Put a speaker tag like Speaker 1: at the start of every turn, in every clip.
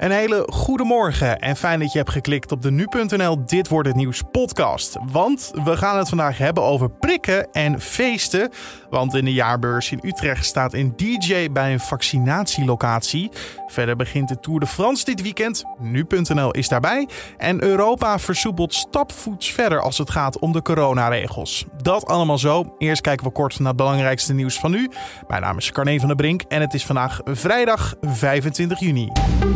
Speaker 1: Een hele goede morgen en fijn dat je hebt geklikt op de nu.nl Dit Wordt Het Nieuws podcast. Want we gaan het vandaag hebben over prikken en feesten. Want in de jaarbeurs in Utrecht staat een DJ bij een vaccinatielocatie. Verder begint de Tour de France dit weekend. Nu.nl is daarbij. En Europa versoepelt stapvoets verder als het gaat om de coronaregels. Dat allemaal zo. Eerst kijken we kort naar het belangrijkste nieuws van nu. Mijn naam is Carne van der Brink en het is vandaag vrijdag 25 juni.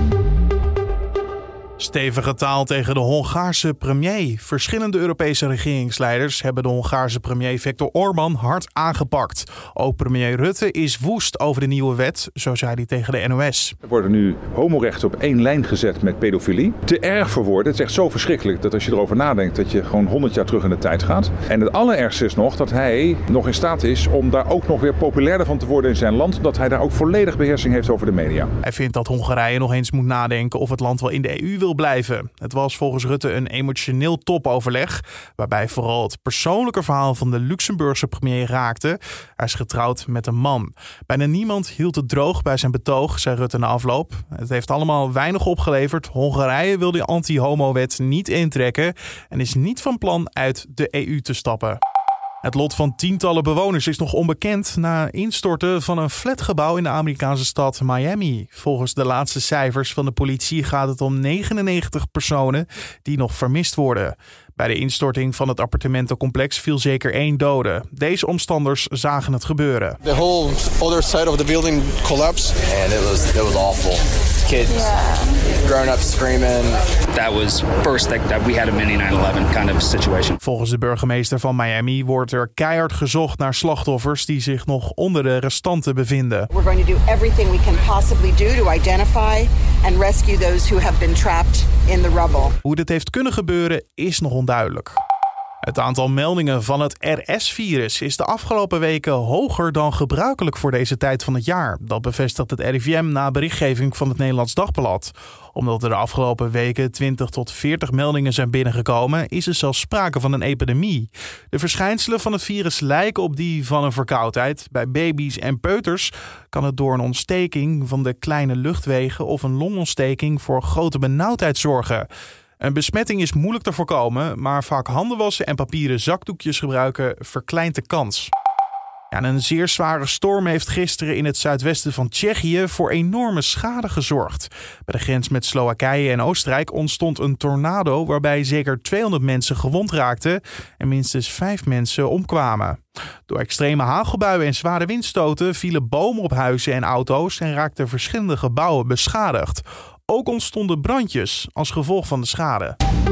Speaker 1: Stevige taal tegen de Hongaarse premier. Verschillende Europese regeringsleiders hebben de Hongaarse premier Viktor Orbán hard aangepakt. Ook premier Rutte is woest over de nieuwe wet, zo zei hij tegen de NOS.
Speaker 2: Er worden nu homorechten op één lijn gezet met pedofilie. Te erg voor woorden. Het is echt zo verschrikkelijk dat als je erover nadenkt dat je gewoon 100 jaar terug in de tijd gaat. En het allerergste is nog dat hij nog in staat is om daar ook nog weer populairder van te worden in zijn land. Dat hij daar ook volledig beheersing heeft over de media.
Speaker 1: Hij vindt dat Hongarije nog eens moet nadenken of het land wel in de EU wil blijven. Het was volgens Rutte een emotioneel topoverleg, waarbij vooral het persoonlijke verhaal van de Luxemburgse premier raakte. Hij is getrouwd met een man. Bijna niemand hield het droog bij zijn betoog, zei Rutte na afloop. Het heeft allemaal weinig opgeleverd. Hongarije wil de anti-homo-wet niet intrekken en is niet van plan uit de EU te stappen. Het lot van tientallen bewoners is nog onbekend na instorten van een flatgebouw in de Amerikaanse stad Miami. Volgens de laatste cijfers van de politie gaat het om 99 personen die nog vermist worden. Bij de instorting van het appartementencomplex viel zeker 1 dode. Deze omstanders zagen het gebeuren.
Speaker 3: The whole other side of the building collapsed.
Speaker 4: And it was awful. Kids, grown-ups screaming.
Speaker 5: That was first that we had a mini 9/11 kind of situation.
Speaker 1: Volgens de burgemeester van Miami wordt er keihard gezocht naar slachtoffers die zich nog onder de restanten bevinden.
Speaker 6: We're going to do everything we can possibly do to identify and rescue those who have been trapped in the rubble.
Speaker 1: Hoe dit heeft kunnen gebeuren is nog onduidelijk. Het aantal meldingen van het RS-virus is de afgelopen weken hoger dan gebruikelijk voor deze tijd van het jaar. Dat bevestigt het RIVM na berichtgeving van het Nederlands Dagblad. Omdat er de afgelopen weken 20 tot 40 meldingen zijn binnengekomen, is er zelfs sprake van een epidemie. De verschijnselen van het virus lijken op die van een verkoudheid. Bij baby's en peuters kan het door een ontsteking van de kleine luchtwegen of een longontsteking voor grote benauwdheid zorgen. Een besmetting is moeilijk te voorkomen, maar vaak handen wassen en papieren zakdoekjes gebruiken verkleint de kans. Ja, een zeer zware storm heeft gisteren in het zuidwesten van Tsjechië voor enorme schade gezorgd. Bij de grens met Slowakije en Oostenrijk ontstond een tornado waarbij zeker 200 mensen gewond raakten en minstens 5 mensen omkwamen. Door extreme hagelbuien en zware windstoten vielen bomen op huizen en auto's en raakten verschillende gebouwen beschadigd. Ook ontstonden brandjes als gevolg van de schade.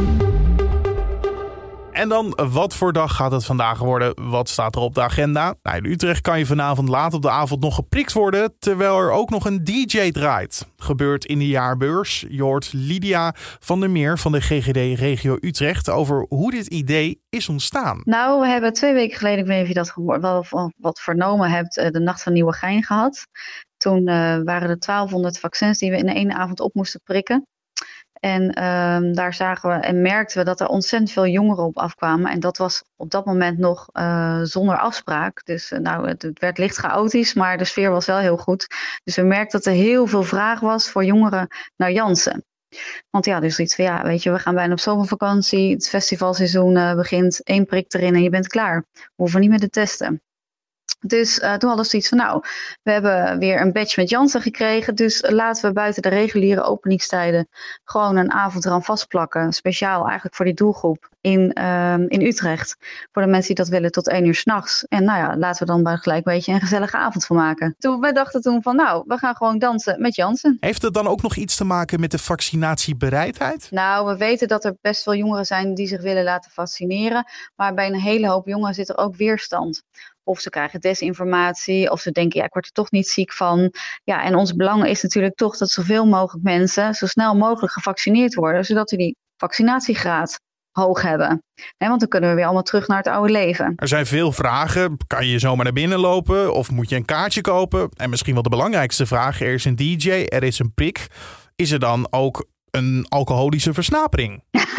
Speaker 1: En dan, wat voor dag gaat het vandaag worden? Wat staat er op de agenda? Nou, in Utrecht kan je vanavond laat op de avond nog geprikt worden, terwijl er ook nog een DJ draait. Gebeurt in de jaarbeurs. Je hoort Lydia van der Meer van de GGD Regio Utrecht over hoe dit idee is ontstaan.
Speaker 7: Nou, we hebben 2 weken geleden, ik weet niet of je dat wel wat vernomen hebt, de Nacht van Nieuwegein gehad. Toen waren er 1200 vaccins die we in 1 avond op moesten prikken. En daar zagen we en merkten we dat er ontzettend veel jongeren op afkwamen. En dat was op dat moment nog zonder afspraak. Dus het werd licht chaotisch, maar de sfeer was wel heel goed. Dus we merkten dat er heel veel vraag was voor jongeren naar Janssen. Want ja, dus iets van weet je, we gaan bijna op zomervakantie. Het festivalseizoen begint. 1 prik erin en je bent klaar. We hoeven niet meer te testen. Dus toen hadden ze iets van, we hebben weer een badge met Janssen gekregen. Dus laten we buiten de reguliere openingstijden gewoon een avond eraan vastplakken. Speciaal eigenlijk voor die doelgroep in Utrecht. Voor de mensen die dat willen tot 1 uur 's nachts. En laten we dan maar gelijk een beetje een gezellige avond van maken. We dachten toen van, we gaan gewoon dansen met Janssen.
Speaker 1: Heeft het dan ook nog iets te maken met de vaccinatiebereidheid?
Speaker 7: Nou, we weten dat er best wel jongeren zijn die zich willen laten vaccineren. Maar bij een hele hoop jongeren zit er ook weerstand. Of ze krijgen desinformatie, of ze denken, ik word er toch niet ziek van. Ja, en ons belang is natuurlijk toch dat zoveel mogelijk mensen zo snel mogelijk gevaccineerd worden, zodat we die vaccinatiegraad hoog hebben. Want dan kunnen we weer allemaal terug naar het oude leven.
Speaker 1: Er zijn veel vragen. Kan je zomaar naar binnen lopen of moet je een kaartje kopen? En misschien wel de belangrijkste vraag, er is een DJ, er is een prik. Is er dan ook een alcoholische versnapering?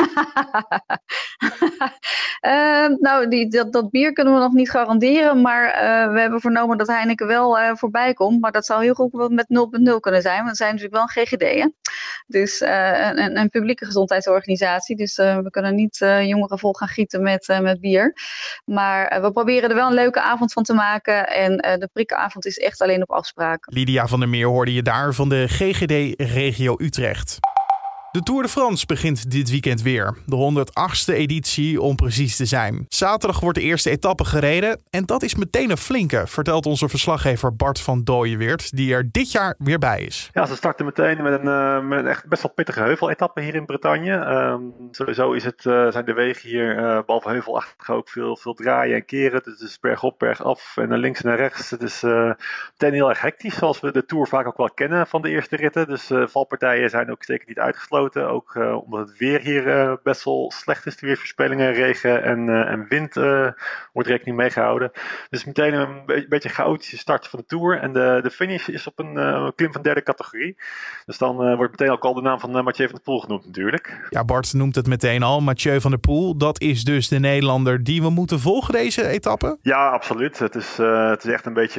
Speaker 7: Dat bier kunnen we nog niet garanderen, maar we hebben vernomen dat Heineken wel voorbij komt. Maar dat zou heel goed met 0.0 kunnen zijn, want het zijn natuurlijk wel een GGD, hè? Dus een publieke gezondheidsorganisatie. Dus we kunnen niet jongeren vol gaan gieten met bier. Maar we proberen er wel een leuke avond van te maken. En de prikkenavond is echt alleen op afspraak.
Speaker 1: Lydia van der Meer hoorde je daar van de GGD Regio Utrecht. De Tour de France begint dit weekend weer. De 108e editie om precies te zijn. Zaterdag wordt de eerste etappe gereden. En dat is meteen een flinke, vertelt onze verslaggever Bart van Dooyeweert, die er dit jaar weer bij is.
Speaker 8: Ja, ze starten meteen met een echt best wel pittige heuveletappe hier in Bretagne. Sowieso zijn de wegen hier, behalve heuvelachtig, ook veel draaien en keren. Dus het is bergop, bergaf en naar links en naar rechts. Het is meteen heel erg hectisch, zoals we de Tour vaak ook wel kennen van de eerste ritten. Dus valpartijen zijn ook zeker niet uitgesloten. Ook omdat het weer hier best wel slecht is. De weersvoorspellingen, regen en wind wordt rekening mee gehouden. Dus meteen een beetje een chaotische start van de Tour. En de finish is op een klim van derde categorie. Dus dan wordt meteen ook al de naam van Mathieu van der Poel genoemd natuurlijk.
Speaker 1: Ja, Bart noemt het meteen al. Mathieu van der Poel, dat is dus de Nederlander die we moeten volgen deze etappe?
Speaker 8: Ja, absoluut. Het is echt een beetje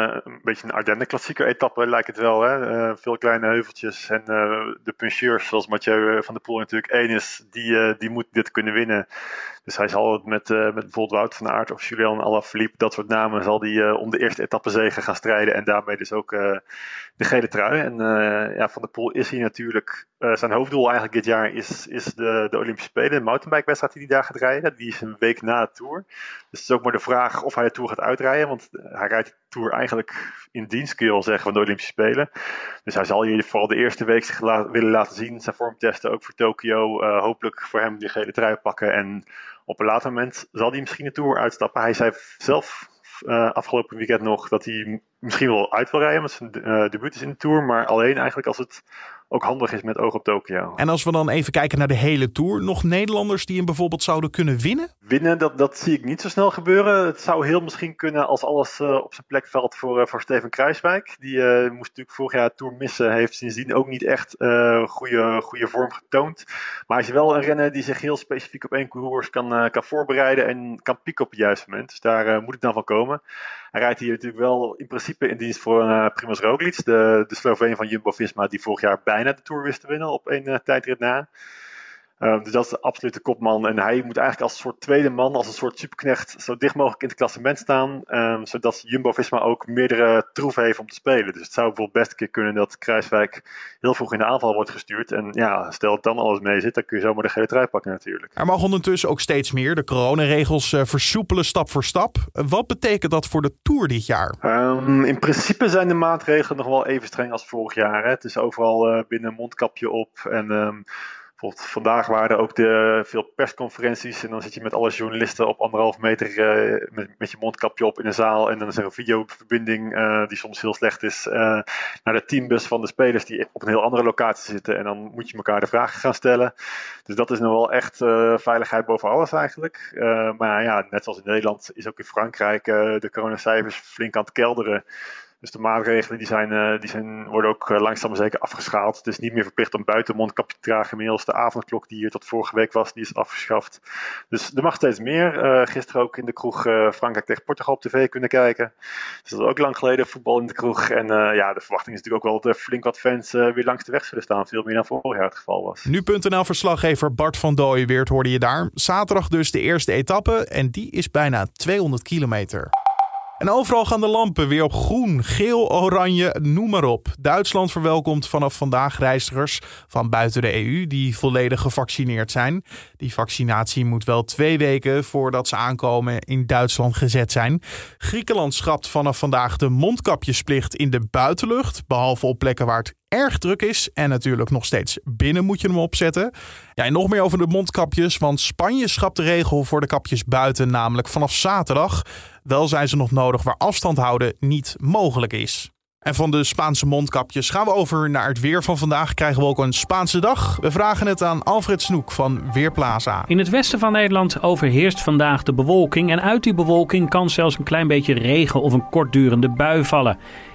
Speaker 8: een Ardennen-klassieker etappe, lijkt het wel. Hè? Veel kleine heuveltjes en de puncheurs, zoals Mathieu van der Poel natuurlijk één is, die moet dit kunnen winnen. Dus hij zal het met bijvoorbeeld Wout van Aert of Julian Alaphilippe, dat soort namen, zal die om de eerste etappezege gaan strijden en daarmee dus ook de gele trui. En Van der Poel is hier natuurlijk, zijn hoofddoel eigenlijk dit jaar is de Olympische Spelen, de mountainbike-wedstrijd die hij daar gaat rijden. Die is een week na de Tour. Dus het is ook maar de vraag of hij de Tour gaat uitrijden, want hij rijdt de Tour eigenlijk in dienst, kun je wel zeggen, van de Olympische Spelen. Dus hij zal hier vooral de eerste week zich willen laten zien, zijn vorm testen, ook voor Tokio. Hopelijk voor hem die gele trui pakken en op een later moment zal hij misschien de Tour uitstappen. Hij zei zelf afgelopen weekend nog dat hij misschien wel uit wil rijden, want zijn debuut is in de Tour, maar alleen eigenlijk als het ook handig is met oog op Tokio.
Speaker 1: En als we dan even kijken naar de hele Tour, nog Nederlanders die hem bijvoorbeeld zouden kunnen winnen?
Speaker 8: Winnen, dat zie ik niet zo snel gebeuren. Het zou heel misschien kunnen als alles op zijn plek valt voor Steven Kruijswijk. Die moest natuurlijk vorig jaar de Tour missen, heeft sindsdien ook niet echt goede vorm getoond. Maar hij is wel een renner die zich heel specifiek op één koers kan voorbereiden en kan pieken op het juiste moment. Dus daar moet het dan van komen. Hij rijdt hier natuurlijk wel in principe in dienst voor Primož Roglič, de Sloveen van Jumbo-Visma, die vorig jaar bijna de Tour wist te winnen op één tijdrit na. Dus dat is de absolute kopman. En hij moet eigenlijk als een soort tweede man, als een soort superknecht, zo dicht mogelijk in het klassement staan. Zodat Jumbo-Visma ook meerdere troeven heeft om te spelen. Dus het zou bijvoorbeeld best een keer kunnen dat Kruijswijk heel vroeg in de aanval wordt gestuurd. En ja, stel dat dan alles mee zit, dan kun je zomaar de gele trui pakken natuurlijk.
Speaker 1: Er mag ondertussen ook steeds meer de coronaregels versoepelen stap voor stap. Wat betekent dat voor de Tour dit jaar?
Speaker 8: In principe zijn de maatregelen nog wel even streng als vorig jaar. Hè. Het is overal binnen een mondkapje op en vandaag waren er ook veel persconferenties en dan zit je met alle journalisten op 1,5 meter met je mondkapje op in een zaal en dan is er een videoverbinding die soms heel slecht is naar de teambus van de spelers die op een heel andere locatie zitten en dan moet je elkaar de vragen gaan stellen. Dus dat is nog wel echt veiligheid boven alles eigenlijk. Maar ja, net zoals in Nederland is ook in Frankrijk de coronacijfers flink aan het kelderen. Dus de maatregelen worden ook langzaam maar zeker afgeschaald. Het is niet meer verplicht om buiten mondkapje te dragen. Inmiddels de avondklok die hier tot vorige week was, die is afgeschaft. Dus er mag steeds meer. Gisteren ook in de kroeg Frankrijk tegen Portugal op tv kunnen kijken. Dus dat is ook lang geleden voetbal in de kroeg. En de verwachting is natuurlijk ook wel dat er flink wat fans weer langs de weg zullen staan. Veel meer dan vorig jaar het geval was.
Speaker 1: Nu.nl-verslaggever Bart van Dooyeweert hoorde je daar. Zaterdag dus de eerste etappe en die is bijna 200 kilometer. En overal gaan de lampen weer op groen, geel, oranje, noem maar op. Duitsland verwelkomt vanaf vandaag reizigers van buiten de EU die volledig gevaccineerd zijn. Die vaccinatie moet wel 2 weken voordat ze aankomen in Duitsland gezet zijn. Griekenland schrapt vanaf vandaag de mondkapjesplicht in de buitenlucht, behalve op plekken waar het erg druk is en natuurlijk nog steeds binnen moet je hem opzetten. Ja, en nog meer over de mondkapjes, want Spanje schrapt de regel voor de kapjes buiten namelijk vanaf zaterdag. Wel zijn ze nog nodig waar afstand houden niet mogelijk is. En van de Spaanse mondkapjes gaan we over naar het weer van vandaag. Krijgen we ook een Spaanse dag? We vragen het aan Alfred Snoek van Weerplaza.
Speaker 9: In het westen van Nederland overheerst vandaag de bewolking. En uit die bewolking kan zelfs een klein beetje regen of een kortdurende bui vallen.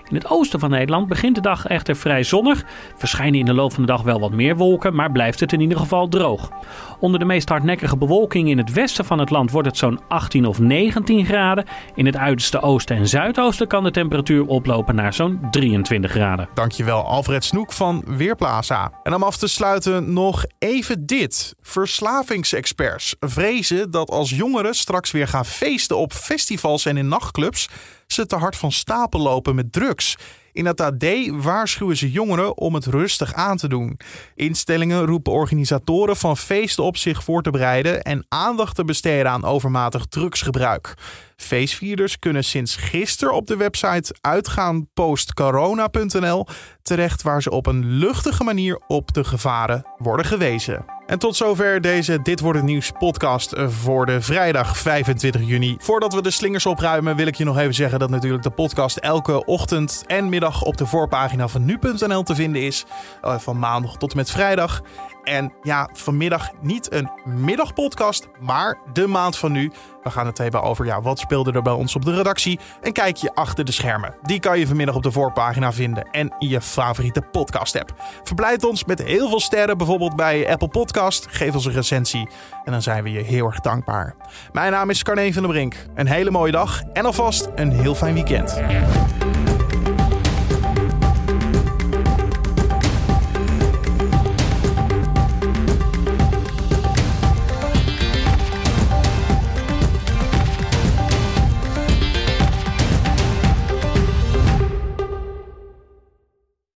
Speaker 9: In het oosten van Nederland begint de dag echter vrij zonnig. Verschijnen in de loop van de dag wel wat meer wolken, maar blijft het in ieder geval droog. Onder de meest hardnekkige bewolking in het westen van het land wordt het zo'n 18 of 19 graden. In het uiterste oosten en zuidoosten kan de temperatuur oplopen naar zo'n 23 graden.
Speaker 1: Dankjewel Alfred Snoek van Weerplaza. En om af te sluiten nog even dit. Verslavingsexperts vrezen dat als jongeren straks weer gaan feesten op festivals en in nachtclubs, ze te hard van stapel lopen met drugs. In het AD waarschuwen ze jongeren om het rustig aan te doen. Instellingen roepen organisatoren van feesten op zich voor te bereiden en aandacht te besteden aan overmatig drugsgebruik. Feestvierders kunnen sinds gisteren op de website uitgaanpostcorona.nl terecht, waar ze op een luchtige manier op de gevaren worden gewezen. En tot zover deze Dit Wordt Het Nieuws podcast voor de vrijdag 25 juni. Voordat we de slingers opruimen wil ik je nog even zeggen dat natuurlijk de podcast elke ochtend en middag op de voorpagina van nu.nl te vinden is. Van maandag tot en met vrijdag. En ja, vanmiddag niet een middagpodcast, maar de maand van nu. We gaan het hebben over wat speelde er bij ons op de redactie. Een kijkje achter de schermen. Die kan je vanmiddag op de voorpagina vinden en in je favoriete podcast app. Verblijd ons met heel veel sterren, bijvoorbeeld bij Apple Podcast. Geef ons een recensie en dan zijn we je heel erg dankbaar. Mijn naam is Carne van der Brink. Een hele mooie dag en alvast een heel fijn weekend.